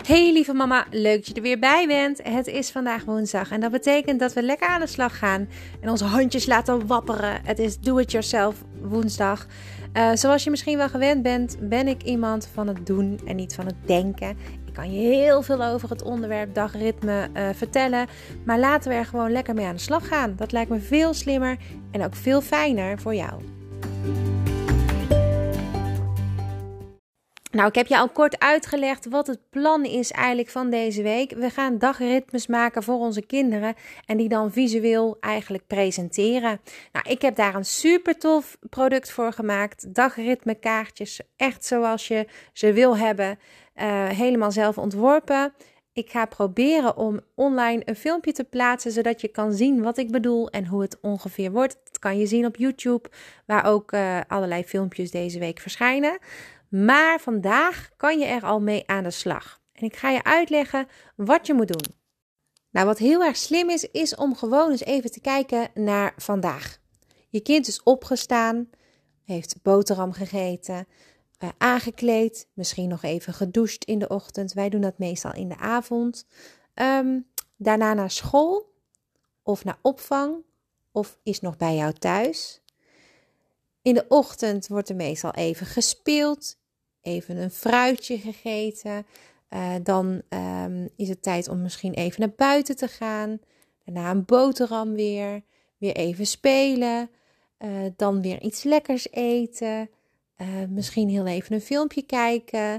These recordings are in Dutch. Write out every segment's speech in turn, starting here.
Hey lieve mama, leuk dat je er weer bij bent. Het is vandaag woensdag en dat betekent dat we lekker aan de slag gaan en onze handjes laten wapperen. Het is do-it-yourself woensdag. Zoals je misschien wel gewend bent, ben ik iemand van het doen en niet van het denken. Ik kan je heel veel over het onderwerp dagritme vertellen, maar laten we er gewoon lekker mee aan de slag gaan. Dat lijkt me veel slimmer en ook veel fijner voor jou. Nou, ik heb je al kort uitgelegd wat het plan is eigenlijk van deze week. We gaan dagritmes maken voor onze kinderen en die dan visueel eigenlijk presenteren. Nou, ik heb daar een super tof product voor gemaakt. Dagritmekaartjes, echt zoals je ze wil hebben. Helemaal zelf ontworpen. Ik ga proberen om online een filmpje te plaatsen, zodat je kan zien wat ik bedoel en hoe het ongeveer wordt. Dat kan je zien op YouTube, waar ook allerlei filmpjes deze week verschijnen. Maar vandaag kan je er al mee aan de slag. En ik ga je uitleggen wat je moet doen. Nou, wat heel erg slim is om gewoon eens even te kijken naar vandaag. Je kind is opgestaan, heeft boterham gegeten, aangekleed, misschien nog even gedoucht in de ochtend. Wij doen dat meestal in de avond. Daarna naar school of naar opvang of is nog bij jou thuis. In de ochtend wordt er meestal even gespeeld. Even een fruitje gegeten. Dan is het tijd om misschien even naar buiten te gaan. Daarna een boterham weer. Weer even spelen. Dan weer iets lekkers eten. Misschien heel even een filmpje kijken.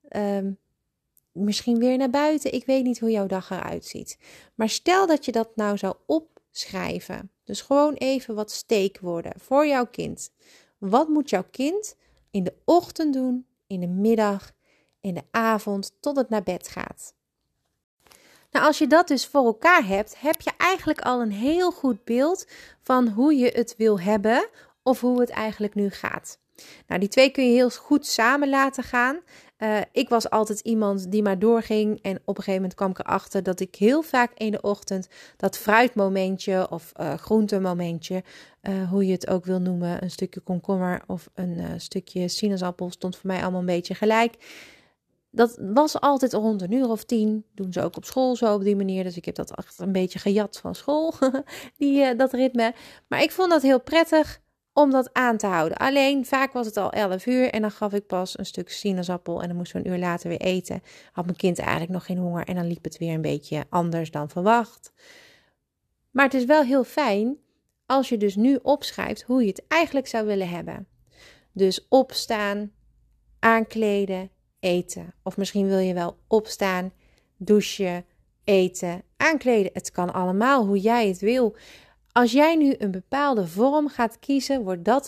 Misschien weer naar buiten. Ik weet niet hoe jouw dag eruit ziet. Maar stel dat je dat nou zou opschrijven. Dus gewoon even wat steekwoorden voor jouw kind. Wat moet jouw kind in de ochtend doen? In de middag, in de avond, tot het naar bed gaat. Nou, als je dat dus voor elkaar hebt, heb je eigenlijk al een heel goed beeld van hoe je het wil hebben of hoe het eigenlijk nu gaat. Nou, die twee kun je heel goed samen laten gaan. Ik was altijd iemand die maar doorging en op een gegeven moment kwam ik erachter dat ik heel vaak in de ochtend dat fruitmomentje of groentemomentje, hoe je het ook wil noemen, een stukje komkommer of een stukje sinaasappel, stond voor mij allemaal een beetje gelijk. Dat was altijd rond 10:00. Doen ze ook op school zo op die manier. Dus ik heb dat echt een beetje gejat van school, dat ritme. Maar ik vond dat heel prettig om dat aan te houden. Alleen vaak was het al 11:00 en dan gaf ik pas een stuk sinaasappel en dan moesten we een uur later weer eten. Had mijn kind eigenlijk nog geen honger en dan liep het weer een beetje anders dan verwacht. Maar het is wel heel fijn als je dus nu opschrijft hoe je het eigenlijk zou willen hebben. Dus opstaan, aankleden, eten. Of misschien wil je wel opstaan, douchen, eten, aankleden. Het kan allemaal hoe jij het wil. Als jij nu een bepaalde vorm gaat kiezen, wordt dat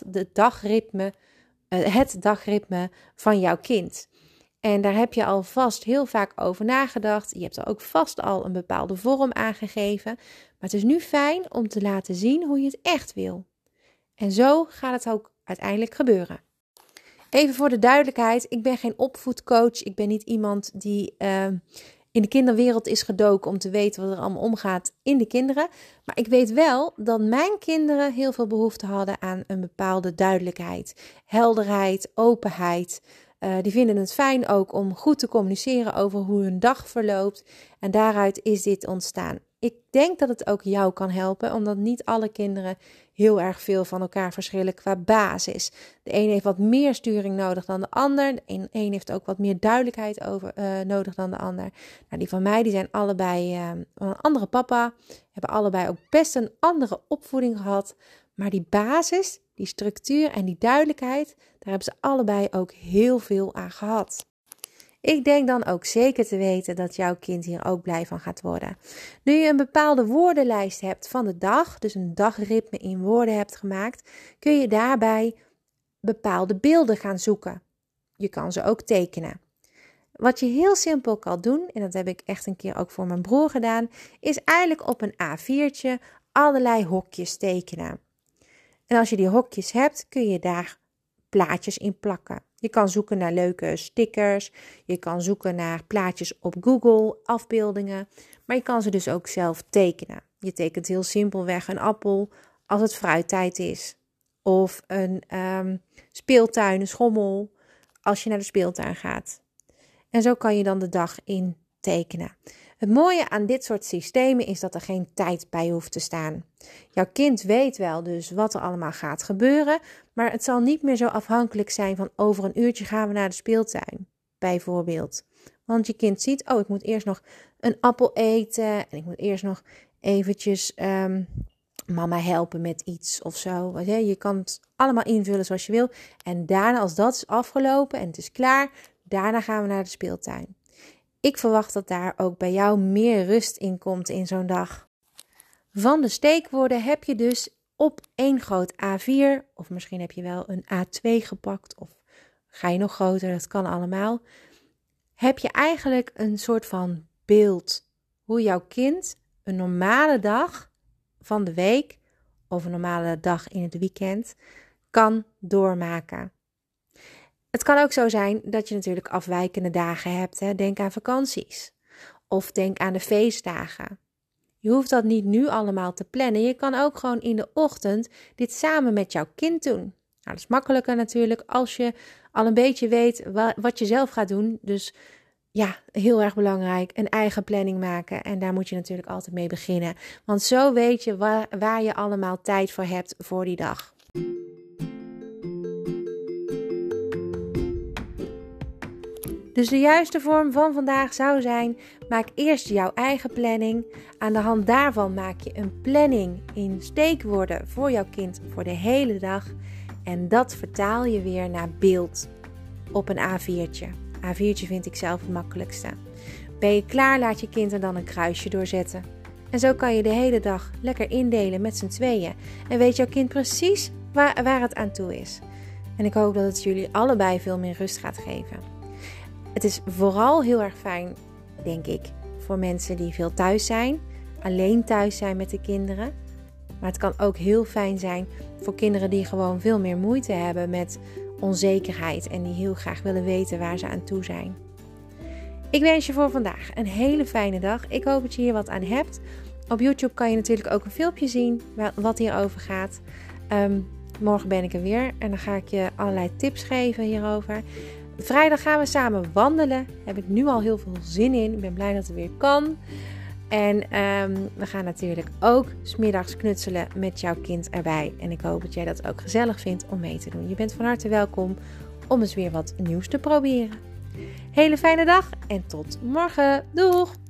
het dagritme van jouw kind. En daar heb je alvast heel vaak over nagedacht. Je hebt er ook vast al een bepaalde vorm aangegeven. Maar het is nu fijn om te laten zien hoe je het echt wil. En zo gaat het ook uiteindelijk gebeuren. Even voor de duidelijkheid, ik ben geen opvoedcoach. Ik ben niet iemand die in de kinderwereld is gedoken om te weten wat er allemaal omgaat in de kinderen. Maar ik weet wel dat mijn kinderen heel veel behoefte hadden aan een bepaalde duidelijkheid, helderheid, openheid. Die vinden het fijn ook om goed te communiceren over hoe hun dag verloopt. En daaruit is dit ontstaan. Ik denk dat het ook jou kan helpen, omdat niet alle kinderen heel erg veel van elkaar verschillen qua basis. De een heeft wat meer sturing nodig dan de ander. De een heeft ook wat meer duidelijkheid nodig dan de ander. Nou, die van mij die zijn allebei een andere papa. Hebben allebei ook best een andere opvoeding gehad. Maar die basis, die structuur en die duidelijkheid, daar hebben ze allebei ook heel veel aan gehad. Ik denk dan ook zeker te weten dat jouw kind hier ook blij van gaat worden. Nu je een bepaalde woordenlijst hebt van de dag, dus een dagritme in woorden hebt gemaakt, kun je daarbij bepaalde beelden gaan zoeken. Je kan ze ook tekenen. Wat je heel simpel kan doen, en dat heb ik echt een keer ook voor mijn broer gedaan, is eigenlijk op een A4'tje allerlei hokjes tekenen. En als je die hokjes hebt, kun je daar plaatjes in plakken. Je kan zoeken naar leuke stickers. Je kan zoeken naar plaatjes op Google, afbeeldingen. Maar je kan ze dus ook zelf tekenen. Je tekent heel simpelweg een appel als het fruittijd is. Of een speeltuin, een schommel, als je naar de speeltuin gaat. En zo kan je dan de dag in tekenen. Het mooie aan dit soort systemen is dat er geen tijd bij hoeft te staan. Jouw kind weet wel dus wat er allemaal gaat gebeuren, maar het zal niet meer zo afhankelijk zijn van over een uurtje gaan we naar de speeltuin, bijvoorbeeld. Want je kind ziet, ik moet eerst nog een appel eten en ik moet eerst nog eventjes mama helpen met iets of zo. Je kan het allemaal invullen zoals je wil. En daarna, als dat is afgelopen en het is klaar, daarna gaan we naar de speeltuin. Ik verwacht dat daar ook bij jou meer rust in komt in zo'n dag. Van de steekwoorden heb je dus op één groot A4, of misschien heb je wel een A2 gepakt, of ga je nog groter, dat kan allemaal. Heb je eigenlijk een soort van beeld hoe jouw kind een normale dag van de week of een normale dag in het weekend kan doormaken. Het kan ook zo zijn dat je natuurlijk afwijkende dagen hebt. Hè? Denk aan vakanties of denk aan de feestdagen. Je hoeft dat niet nu allemaal te plannen. Je kan ook gewoon in de ochtend dit samen met jouw kind doen. Nou, dat is makkelijker natuurlijk als je al een beetje weet wat je zelf gaat doen. Dus ja, heel erg belangrijk, een eigen planning maken. En daar moet je natuurlijk altijd mee beginnen. Want zo weet je waar je allemaal tijd voor hebt voor die dag. Dus de juiste vorm van vandaag zou zijn, maak eerst jouw eigen planning. Aan de hand daarvan maak je een planning in steekwoorden voor jouw kind voor de hele dag. En dat vertaal je weer naar beeld op een A4'tje. A4'tje vind ik zelf het makkelijkste. Ben je klaar, laat je kind er dan een kruisje doorzetten. En zo kan je de hele dag lekker indelen met z'n tweeën. En weet jouw kind precies waar het aan toe is. En ik hoop dat het jullie allebei veel meer rust gaat geven. Het is vooral heel erg fijn, denk ik, voor mensen die veel thuis zijn. Alleen thuis zijn met de kinderen. Maar het kan ook heel fijn zijn voor kinderen die gewoon veel meer moeite hebben met onzekerheid. En die heel graag willen weten waar ze aan toe zijn. Ik wens je voor vandaag een hele fijne dag. Ik hoop dat je hier wat aan hebt. Op YouTube kan je natuurlijk ook een filmpje zien wat hierover gaat. Morgen ben ik er weer en dan ga ik je allerlei tips geven hierover. Vrijdag gaan we samen wandelen. Daar heb ik nu al heel veel zin in. Ik ben blij dat het weer kan. En we gaan natuurlijk ook 's middags knutselen met jouw kind erbij. En ik hoop dat jij dat ook gezellig vindt om mee te doen. Je bent van harte welkom om eens weer wat nieuws te proberen. Hele fijne dag en tot morgen. Doeg!